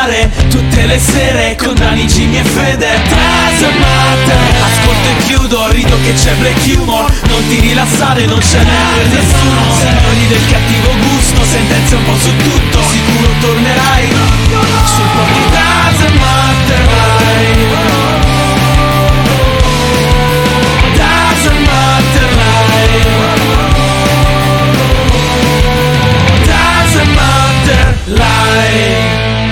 mare tutte le sere con Dani, Jimmy e Fede. Doesn't matter. Ascolto e chiudo, rido che c'è black humor. Non ti rilassare, non ce n'è per nessuno. Signori del cattivo gusto, sentenze un po' su tutto. Sicuro tornerai sul po' di Doesn't matter mai. Doesn't matter mai. Doesn't matter mai.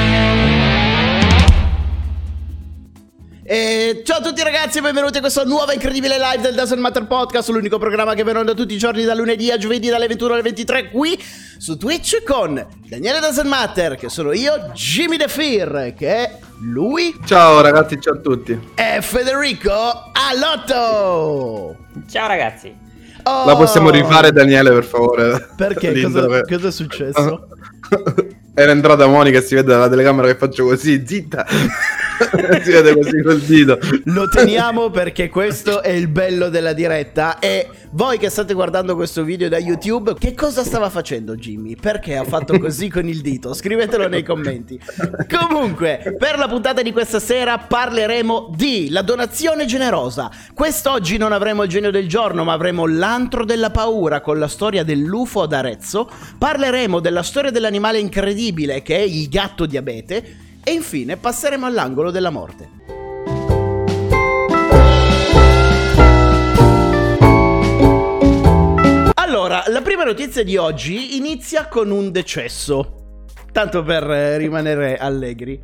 Ciao a tutti ragazzi e benvenuti a questa nuova incredibile live del Doesn't Matter Podcast, l'unico programma che va in onda tutti i giorni da lunedì a giovedì dalle 21 alle 23 qui su Twitch con Daniele Doesn't Matter, che sono io, Jimmy The Fear, che è lui. Ciao ragazzi, ciao a tutti. E Federico Alotto. Ciao ragazzi. Oh. La possiamo rifare, Daniele, per favore? Perché? Cosa è successo? Era entrata Monica e si vede dalla telecamera che faccio così, zitta. Si vede così col dito. Lo teniamo perché questo è il bello della diretta. E voi che state guardando questo video da YouTube, che cosa stava facendo Jimmy? Perché ha fatto così con il dito? Scrivetelo nei commenti. Comunque, per la puntata di questa sera parleremo di la donazione generosa. Quest'oggi non avremo il genio del giorno, ma avremo l'antro della paura con la storia dell'UFO ad Arezzo. Parleremo della storia dell'animale incredibile che è il gatto diabete. E infine passeremo all'angolo della morte. Allora, la prima notizia di oggi inizia con un decesso. Tanto per rimanere allegri.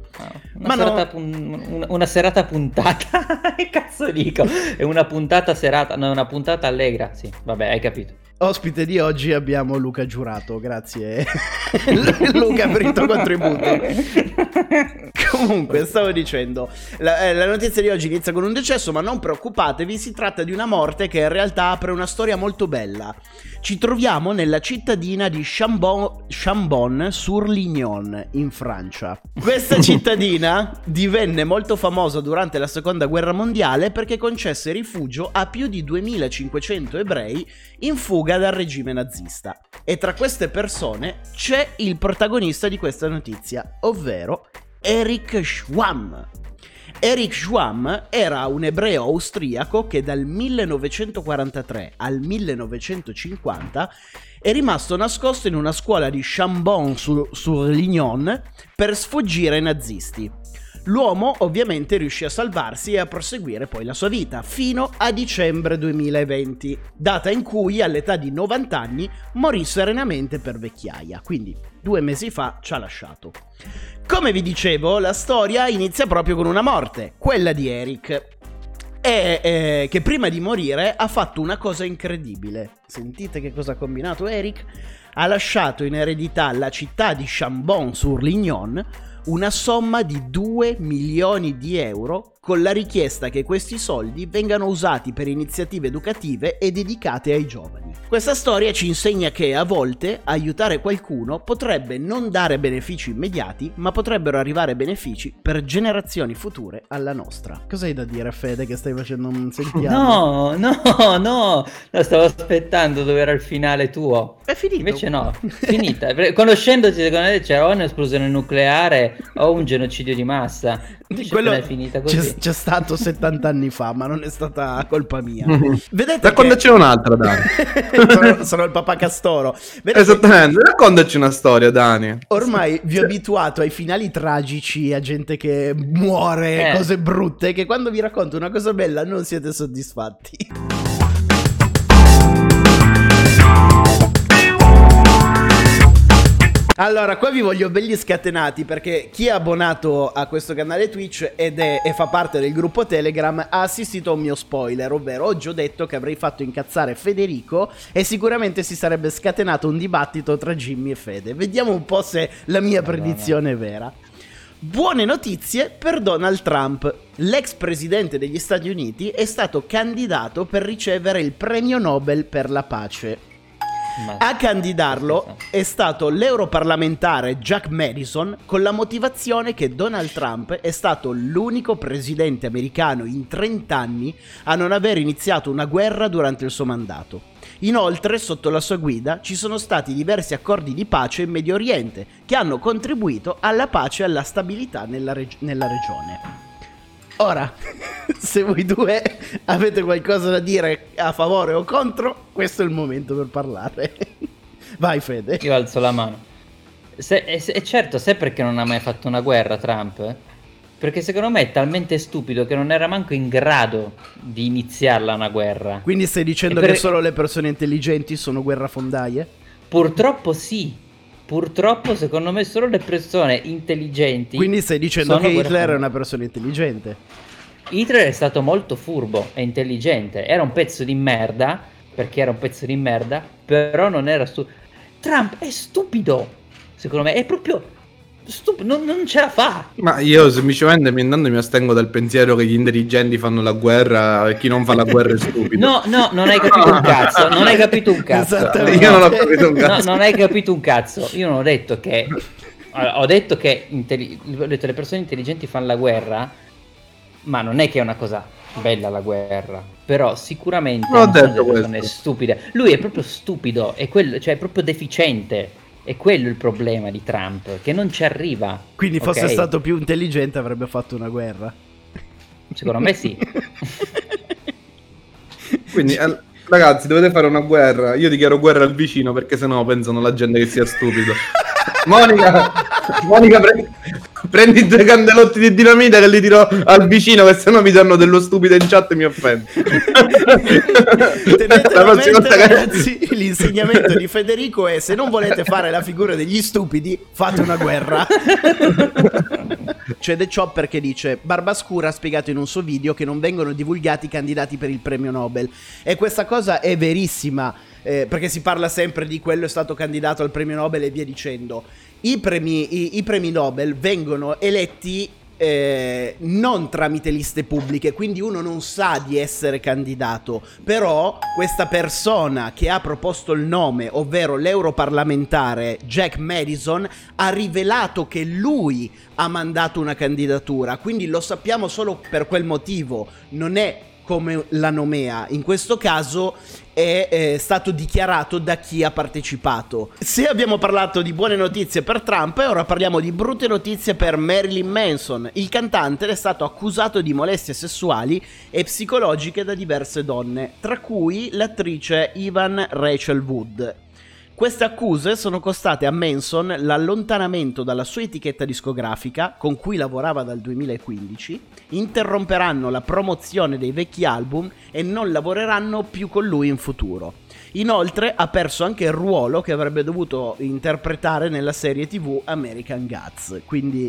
Una serata puntata. Che cazzo dico? È una puntata serata. No, è una puntata allegra. Sì, vabbè, hai capito. Ospite di oggi abbiamo Luca Giurato. Grazie Luca per il tuo contributo. Comunque, stavo dicendo, la notizia di oggi inizia con un decesso, ma non preoccupatevi, si tratta di una morte che in realtà apre una storia molto bella. Ci troviamo nella cittadina di Chambon-sur-Lignon, in Francia. Questa cittadina divenne molto famosa durante la seconda guerra mondiale perché concesse rifugio a più di 2500 ebrei in fuga dal regime nazista. E tra queste persone c'è il protagonista di questa notizia, ovvero Erich Schwamm. Erich Schwamm era un ebreo austriaco che dal 1943 al 1950 è rimasto nascosto in una scuola di Chambon-sur-Lignon per sfuggire ai nazisti. L'uomo ovviamente riuscì a salvarsi e a proseguire poi la sua vita fino a dicembre 2020, data in cui all'età di 90 anni morì serenamente per vecchiaia, quindi 2 mesi fa ci ha lasciato. Come vi dicevo, la storia inizia proprio con una morte, quella di Eric, che prima di morire ha fatto una cosa incredibile. Sentite che cosa ha combinato Eric? Ha lasciato in eredità alla città di Chambon-sur-Lignon una somma di 2 milioni di euro con la richiesta che questi soldi vengano usati per iniziative educative e dedicate ai giovani. Questa storia ci insegna che a volte aiutare qualcuno potrebbe non dare benefici immediati, ma potrebbero arrivare benefici per generazioni future alla nostra. Cosa hai da dire, Fede, che stai facendo un sentiamo? No, stavo aspettando dove era il finale tuo. È finito. Invece no, finita. Conoscendoci, secondo me c'era o un'esplosione nucleare o un genocidio di massa. Quello è finita così. c'è stato 70 anni fa, ma non è stata colpa mia. Vedete Raccontaci un'altra, Dani. sono il papà Castoro. Vedete, Esattamente, raccontaci una storia, Dani. ormai vi ho abituato ai finali tragici, a gente che muore, cose brutte, che quando vi racconto una cosa bella non siete soddisfatti. Allora, qua vi voglio belli scatenati perché chi è abbonato a questo canale Twitch e fa parte del gruppo Telegram ha assistito a un mio spoiler, ovvero oggi ho detto che avrei fatto incazzare Federico e sicuramente si sarebbe scatenato un dibattito tra Jimmy e Fede. Vediamo un po' se la mia predizione è vera. Buone notizie per Donald Trump. L'ex presidente degli Stati Uniti è stato candidato per ricevere il premio Nobel per la pace. A candidarlo è stato l'europarlamentare Jack Madison, con la motivazione che Donald Trump è stato l'unico presidente americano in 30 anni a non aver iniziato una guerra durante il suo mandato. Inoltre, sotto la sua guida ci sono stati diversi accordi di pace in Medio Oriente che hanno contribuito alla pace e alla stabilità nella regione. Ora, se voi due avete qualcosa da dire a favore o contro, questo è il momento per parlare. Vai Fede. Io alzo la mano. Certo, sai perché non ha mai fatto una guerra Trump? Perché secondo me è talmente stupido che non era manco in grado di iniziarla una guerra. Quindi stai dicendo che solo le persone intelligenti sono guerrafondaie? Purtroppo sì. Purtroppo secondo me solo le persone intelligenti. Quindi stai dicendo che Hitler è una persona intelligente? Hitler è stato molto furbo e intelligente. Era un pezzo di merda, perché era un pezzo di merda, però non era Trump è stupido. Secondo me è proprio stupido, non ce la fa. Ma io semplicemente mi astengo dal pensiero che gli intelligenti fanno la guerra e chi non fa la guerra è stupido. No, non hai capito un cazzo. Non hai capito un cazzo. Io non ho capito un cazzo. No, non hai capito un cazzo. Io non ho detto che. Ho detto che le persone intelligenti fanno la guerra, ma non è che è una cosa bella la guerra. Però sicuramente Non ho non sono detto delle persone questo. stupide. Lui è proprio stupido, è quello, cioè è proprio deficiente. È quello il problema di Trump, che non ci arriva. Quindi fosse ok? stato più intelligente avrebbe fatto una guerra. Secondo me sì. Quindi ragazzi, dovete fare una guerra. Io dichiaro guerra al vicino perché sennò pensano la gente che sia stupido. Monica, prendi 2 candelotti di dinamite che li tiro al vicino, che sennò mi danno dello stupido in chat e mi offendo. Tenete La a prossima mente, volta che- ragazzi, l'insegnamento di Federico è: se non volete fare la figura degli stupidi, fate una guerra. C'è The Chopper che dice: Barbascura ha spiegato in un suo video che non vengono divulgati i candidati per il premio Nobel, e questa cosa è verissima, perché si parla sempre di quello è stato candidato al premio Nobel e via dicendo. I premi Nobel vengono eletti non tramite liste pubbliche, quindi uno non sa di essere candidato, però questa persona che ha proposto il nome, ovvero l'europarlamentare Jack Madison, ha rivelato che lui ha mandato una candidatura, quindi lo sappiamo solo per quel motivo, non è come la nomea, in questo caso è stato dichiarato da chi ha partecipato. Se abbiamo parlato di buone notizie per Trump, ora parliamo di brutte notizie per Marilyn Manson. Il cantante è stato accusato di molestie sessuali e psicologiche da diverse donne, tra cui l'attrice Evan Rachel Wood. Queste accuse sono costate a Manson l'allontanamento dalla sua etichetta discografica, con cui lavorava dal 2015, interromperanno la promozione dei vecchi album e non lavoreranno più con lui in futuro. Inoltre ha perso anche il ruolo che avrebbe dovuto interpretare nella serie TV American Gods, quindi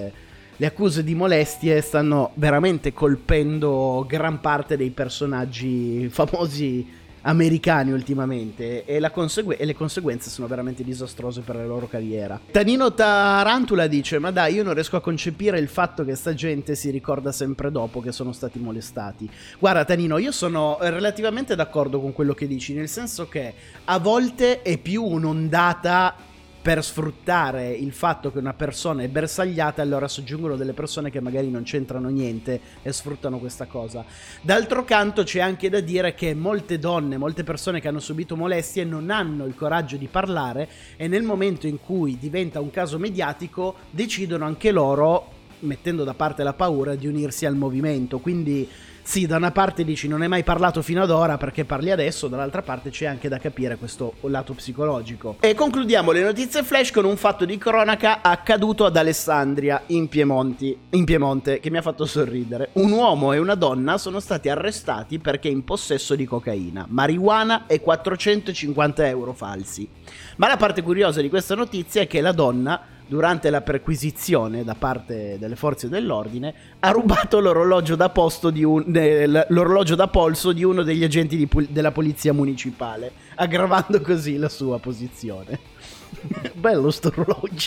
le accuse di molestie stanno veramente colpendo gran parte dei personaggi famosi americani ultimamente, e le conseguenze sono veramente disastrose per la loro carriera. Tanino Tarantula dice: ma dai, io non riesco a concepire il fatto che sta gente si ricorda sempre dopo che sono stati molestati. Guarda Tanino, io sono relativamente d'accordo con quello che dici, nel senso che a volte è più un'ondata per sfruttare il fatto che una persona è bersagliata, allora soggiungono delle persone che magari non c'entrano niente e sfruttano questa cosa. D'altro canto c'è anche da dire che molte donne, molte persone che hanno subito molestie non hanno il coraggio di parlare, e nel momento in cui diventa un caso mediatico decidono anche loro, mettendo da parte la paura, di unirsi al movimento. Quindi sì, da una parte dici non hai mai parlato fino ad ora, perché parli adesso, dall'altra parte c'è anche da capire questo lato psicologico. E concludiamo le notizie flash con un fatto di cronaca accaduto ad Alessandria in Piemonte, che mi ha fatto sorridere. Un uomo e una donna sono stati arrestati perché in possesso di cocaina, marijuana e 450 euro falsi. Ma la parte curiosa di questa notizia è che la donna, durante la perquisizione da parte delle forze dell'ordine, ha rubato l'orologio da polso di uno degli agenti della polizia municipale, aggravando così la sua posizione. Bello sto orologio.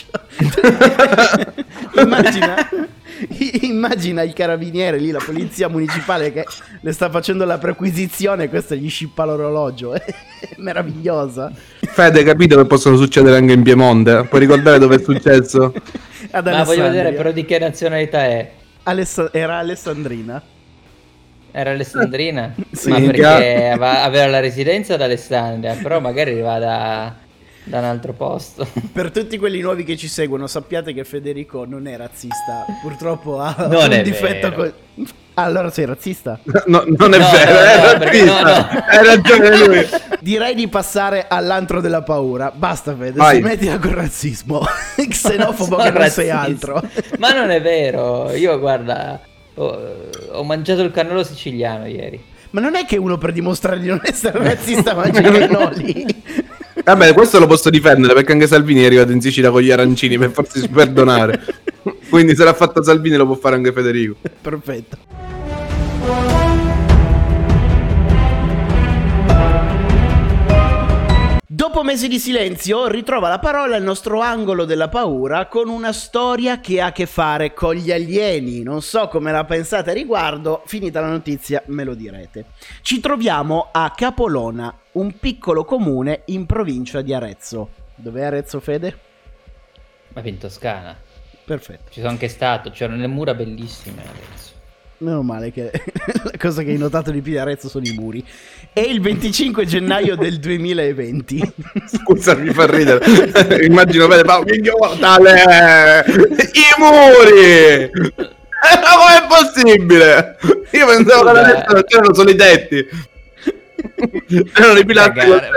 Immagina il carabiniere lì, la polizia municipale che le sta facendo la perquisizione e questo gli scippa l'orologio. È meravigliosa. Fede, capito che possono succedere anche in Piemonte? Puoi ricordare dove è successo? Ad Ma voglio vedere Alessandria. però di che nazionalità è. Era alessandrina. Era alessandrina? Sì. Ma perché aveva la residenza ad Alessandria, però magari arriva da un altro posto. Per tutti quelli nuovi che ci seguono, sappiate che Federico non è razzista. Purtroppo ha Non un è difetto. vero. Allora sei razzista? No, non è No, vero, no, è no, perché razzista. Hai ragione lui. Direi di passare all'antro della paura. Basta, Fede, Vai. smettila col razzismo. Xenofobo che Sono non sei razzista. altro. Ma non è vero, io guarda, ho mangiato il cannolo siciliano ieri. Ma non è che uno per dimostrare di non essere razzista mangia i cannoli. Vabbè, questo lo posso difendere perché anche Salvini è arrivato in Sicilia con gli arancini per farsi perdonare. Quindi se l'ha fatto Salvini lo può fare anche Federico. Perfetto. Dopo mesi di silenzio, ritrova la parola il nostro angolo della paura con una storia che ha a che fare con gli alieni. Non so come la pensate a riguardo, finita la notizia me lo direte. Ci troviamo a Capolona, un piccolo comune in provincia di Arezzo. Dov'è Arezzo, Fede? Ma in Toscana. Perfetto. Ci sono anche stato, c'erano le mura bellissime adesso. Meno male che la cosa che hai notato di più di Arezzo sono i muri. È il 25 gennaio del 2020. Scusa, mi fa ridere. Immagino bene, tale i muri. Ma com'è possibile? Io pensavo che adesso non c'erano solo i tetti. Erano i pilastri. Cagare.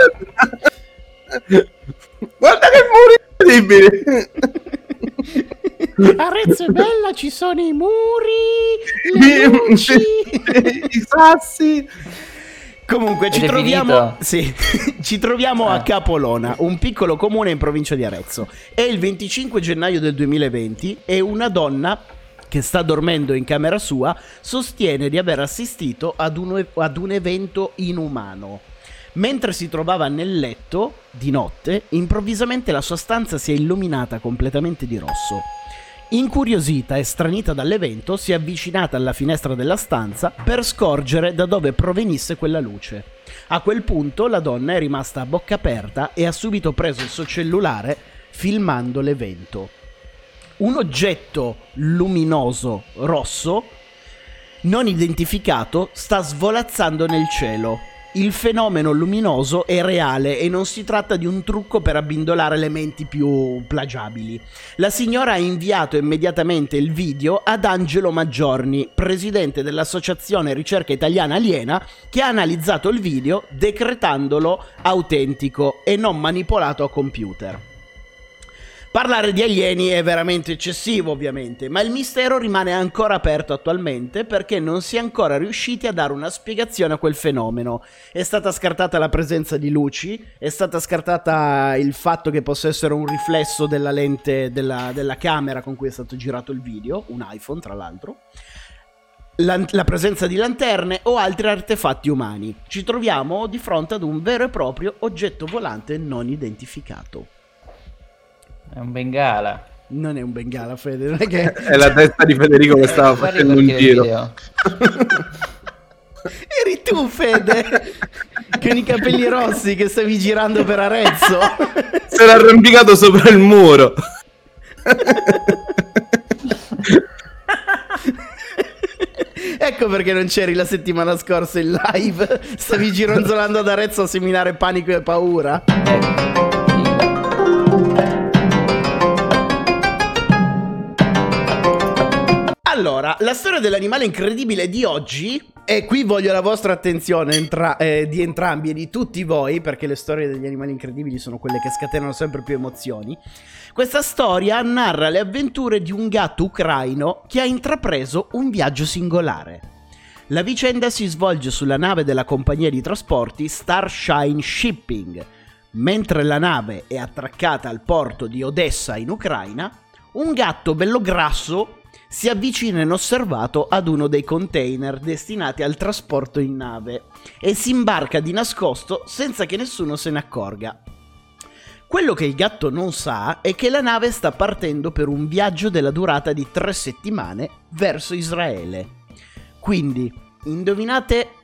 Guarda che muri incredibili. Arezzo è bella, ci sono i muri, le luci. I sassi. Comunque ci Avete troviamo, finito? sì, ci troviamo a Ah. Capolona, un piccolo comune in provincia di Arezzo. È il 25 gennaio del 2020 e una donna che sta dormendo in camera sua sostiene di aver assistito ad un evento inumano. Mentre si trovava nel letto, di notte, improvvisamente la sua stanza si è illuminata completamente di rosso. Incuriosita e stranita dall'evento, si è avvicinata alla finestra della stanza per scorgere da dove provenisse quella luce. A quel punto la donna è rimasta a bocca aperta e ha subito preso il suo cellulare filmando l'evento. Un oggetto luminoso rosso, non identificato, sta svolazzando nel cielo. Il fenomeno luminoso è reale e non si tratta di un trucco per abbindolare elementi più plagiabili. La signora ha inviato immediatamente il video ad Angelo Maggiorni, presidente dell'Associazione Ricerca Italiana Aliena, che ha analizzato il video decretandolo autentico e non manipolato a computer. Parlare di alieni è veramente eccessivo, ovviamente, ma il mistero rimane ancora aperto attualmente perché non si è ancora riusciti a dare una spiegazione a quel fenomeno. È stata scartata la presenza di luci, è stata scartata il fatto che possa essere un riflesso della lente della camera con cui è stato girato il video, un iPhone tra l'altro, la presenza di lanterne o altri artefatti umani. Ci troviamo di fronte ad un vero e proprio oggetto volante non identificato. È un bengala. Non è un bengala, Fede, non è che... È la testa di Federico che stava Guardi facendo un perché il giro. video. Eri tu, Fede, con i capelli rossi che stavi girando per Arezzo. Si era arrampicato sopra il muro. Ecco perché non c'eri la settimana scorsa in live. Stavi gironzolando ad Arezzo a seminare panico e paura. Allora, la storia dell'animale incredibile di oggi, e qui voglio la vostra attenzione di entrambi e di tutti voi, perché le storie degli animali incredibili sono quelle che scatenano sempre più emozioni. Questa storia narra le avventure di un gatto ucraino che ha intrapreso un viaggio singolare. La vicenda si svolge sulla nave della compagnia di trasporti Starshine Shipping. Mentre la nave è attraccata al porto di Odessa in Ucraina, un gatto bello grasso si avvicina inosservato ad uno dei container destinati al trasporto in nave e si imbarca di nascosto senza che nessuno se ne accorga. Quello che il gatto non sa è che la nave sta partendo per un viaggio della durata di 3 settimane verso Israele. Quindi, indovinate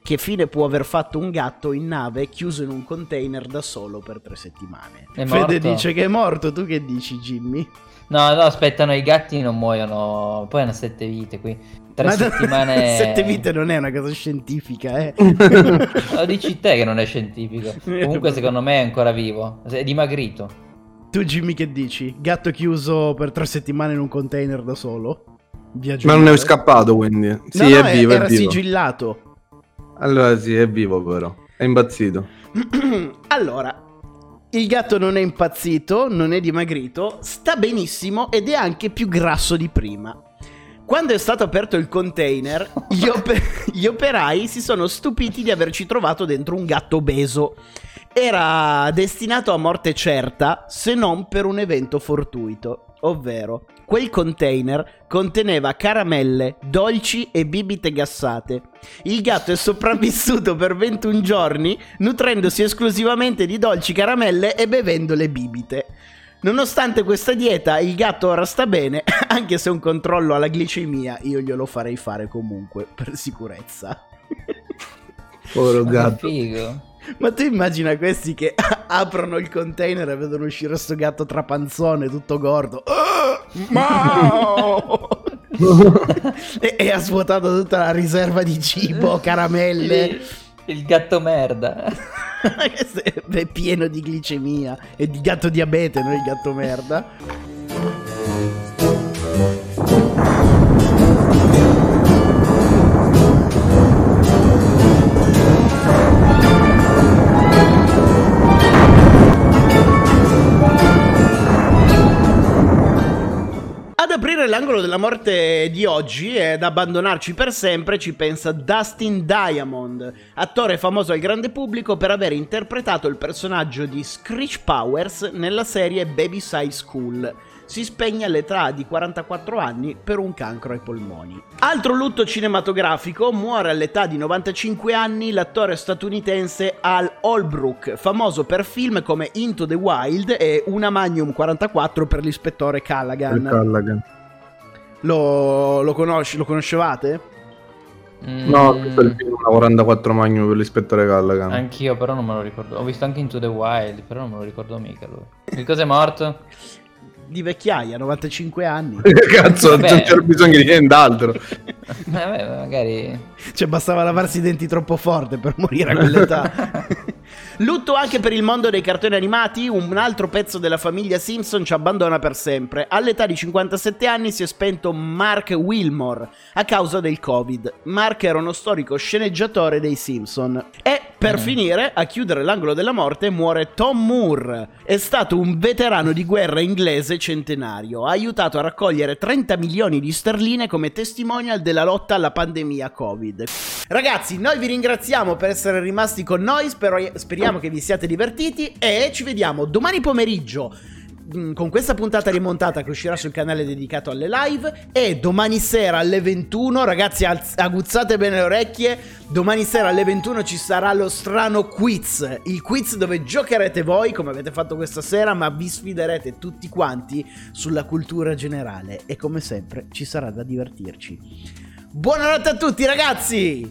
che fine può aver fatto un gatto in nave chiuso in un container da solo per 3 settimane? È Fede morto. dice che è morto, tu che dici, Jimmy? No, aspettano, i gatti non muoiono, poi hanno 7 vite qui. 3 settimane... 7 vite non è una cosa scientifica, eh. Lo dici te che non è scientifico. Comunque secondo me è ancora vivo, è dimagrito. Tu, Jimmy, che dici? Gatto chiuso per 3 settimane in un container da solo? Viaggio Ma non in è nave? scappato, quindi. No, Sì, no, è vivo, era è vivo. sigillato. Allora sì, è vivo però. È impazzito. Allora, il gatto non è impazzito, non è dimagrito, sta benissimo ed è anche più grasso di prima. Quando è stato aperto il container, gli operai si sono stupiti di averci trovato dentro un gatto obeso. Era destinato a morte certa, se non per un evento fortuito, ovvero quel container conteneva caramelle, dolci e bibite gassate. Il gatto è sopravvissuto per 21 giorni nutrendosi esclusivamente di dolci, caramelle e bevendo le bibite. Nonostante questa dieta, il gatto ora sta bene, anche se un controllo alla glicemia io glielo farei fare comunque, per sicurezza. Povero Ma gatto. figo. Ma tu immagina questi che aprono il container e vedono uscire sto gatto trapanzone, tutto gordo. Mao! e ha svuotato tutta la riserva di cibo, caramelle. Il gatto merda. È pieno di glicemia e di gatto diabete, non il gatto merda. Ad aprire l'angolo della morte di oggi e ad abbandonarci per sempre ci pensa Dustin Diamond, attore famoso al grande pubblico per aver interpretato il personaggio di Screech Powers nella serie Babyside School. Si spegne all'età di 44 anni per un cancro ai polmoni. Altro lutto cinematografico, muore all'età di 95 anni l'attore statunitense Al Holbrook, famoso per film come Into the Wild e Una Magnum 44 per l'ispettore Callaghan. Callaghan. Lo conoscevate? No, ho visto il film Una 44 Magnum per l'ispettore Callaghan. Anch'io, però non me lo ricordo. Ho visto anche Into the Wild, però non me lo ricordo mica lui. Che cosa è morto? Di vecchiaia, 95 anni. Cazzo, Vabbè. non c'era bisogno di nient'altro. Vabbè, magari... Cioè bastava lavarsi i denti troppo forte per morire a quell'età. Lutto anche per il mondo dei cartoni animati, un altro pezzo della famiglia Simpson ci abbandona per sempre. All'età di 57 anni si è spento Mark Wilmore a causa del Covid. Mark era uno storico sceneggiatore dei Simpson. E per finire, a chiudere l'angolo della morte, muore Tom Moore. È stato un veterano di guerra inglese centenario. Ha aiutato a raccogliere 30 milioni di sterline come testimonial della lotta alla pandemia Covid. Ragazzi, noi vi ringraziamo per essere rimasti con noi, speriamo che vi siate divertiti e ci vediamo domani pomeriggio con questa puntata rimontata che uscirà sul canale dedicato alle live e domani sera alle 21, ragazzi aguzzate bene le orecchie, domani sera alle 21 ci sarà lo strano quiz, il quiz dove giocherete voi come avete fatto questa sera ma vi sfiderete tutti quanti sulla cultura generale e come sempre ci sarà da divertirci. Buonanotte a tutti ragazzi!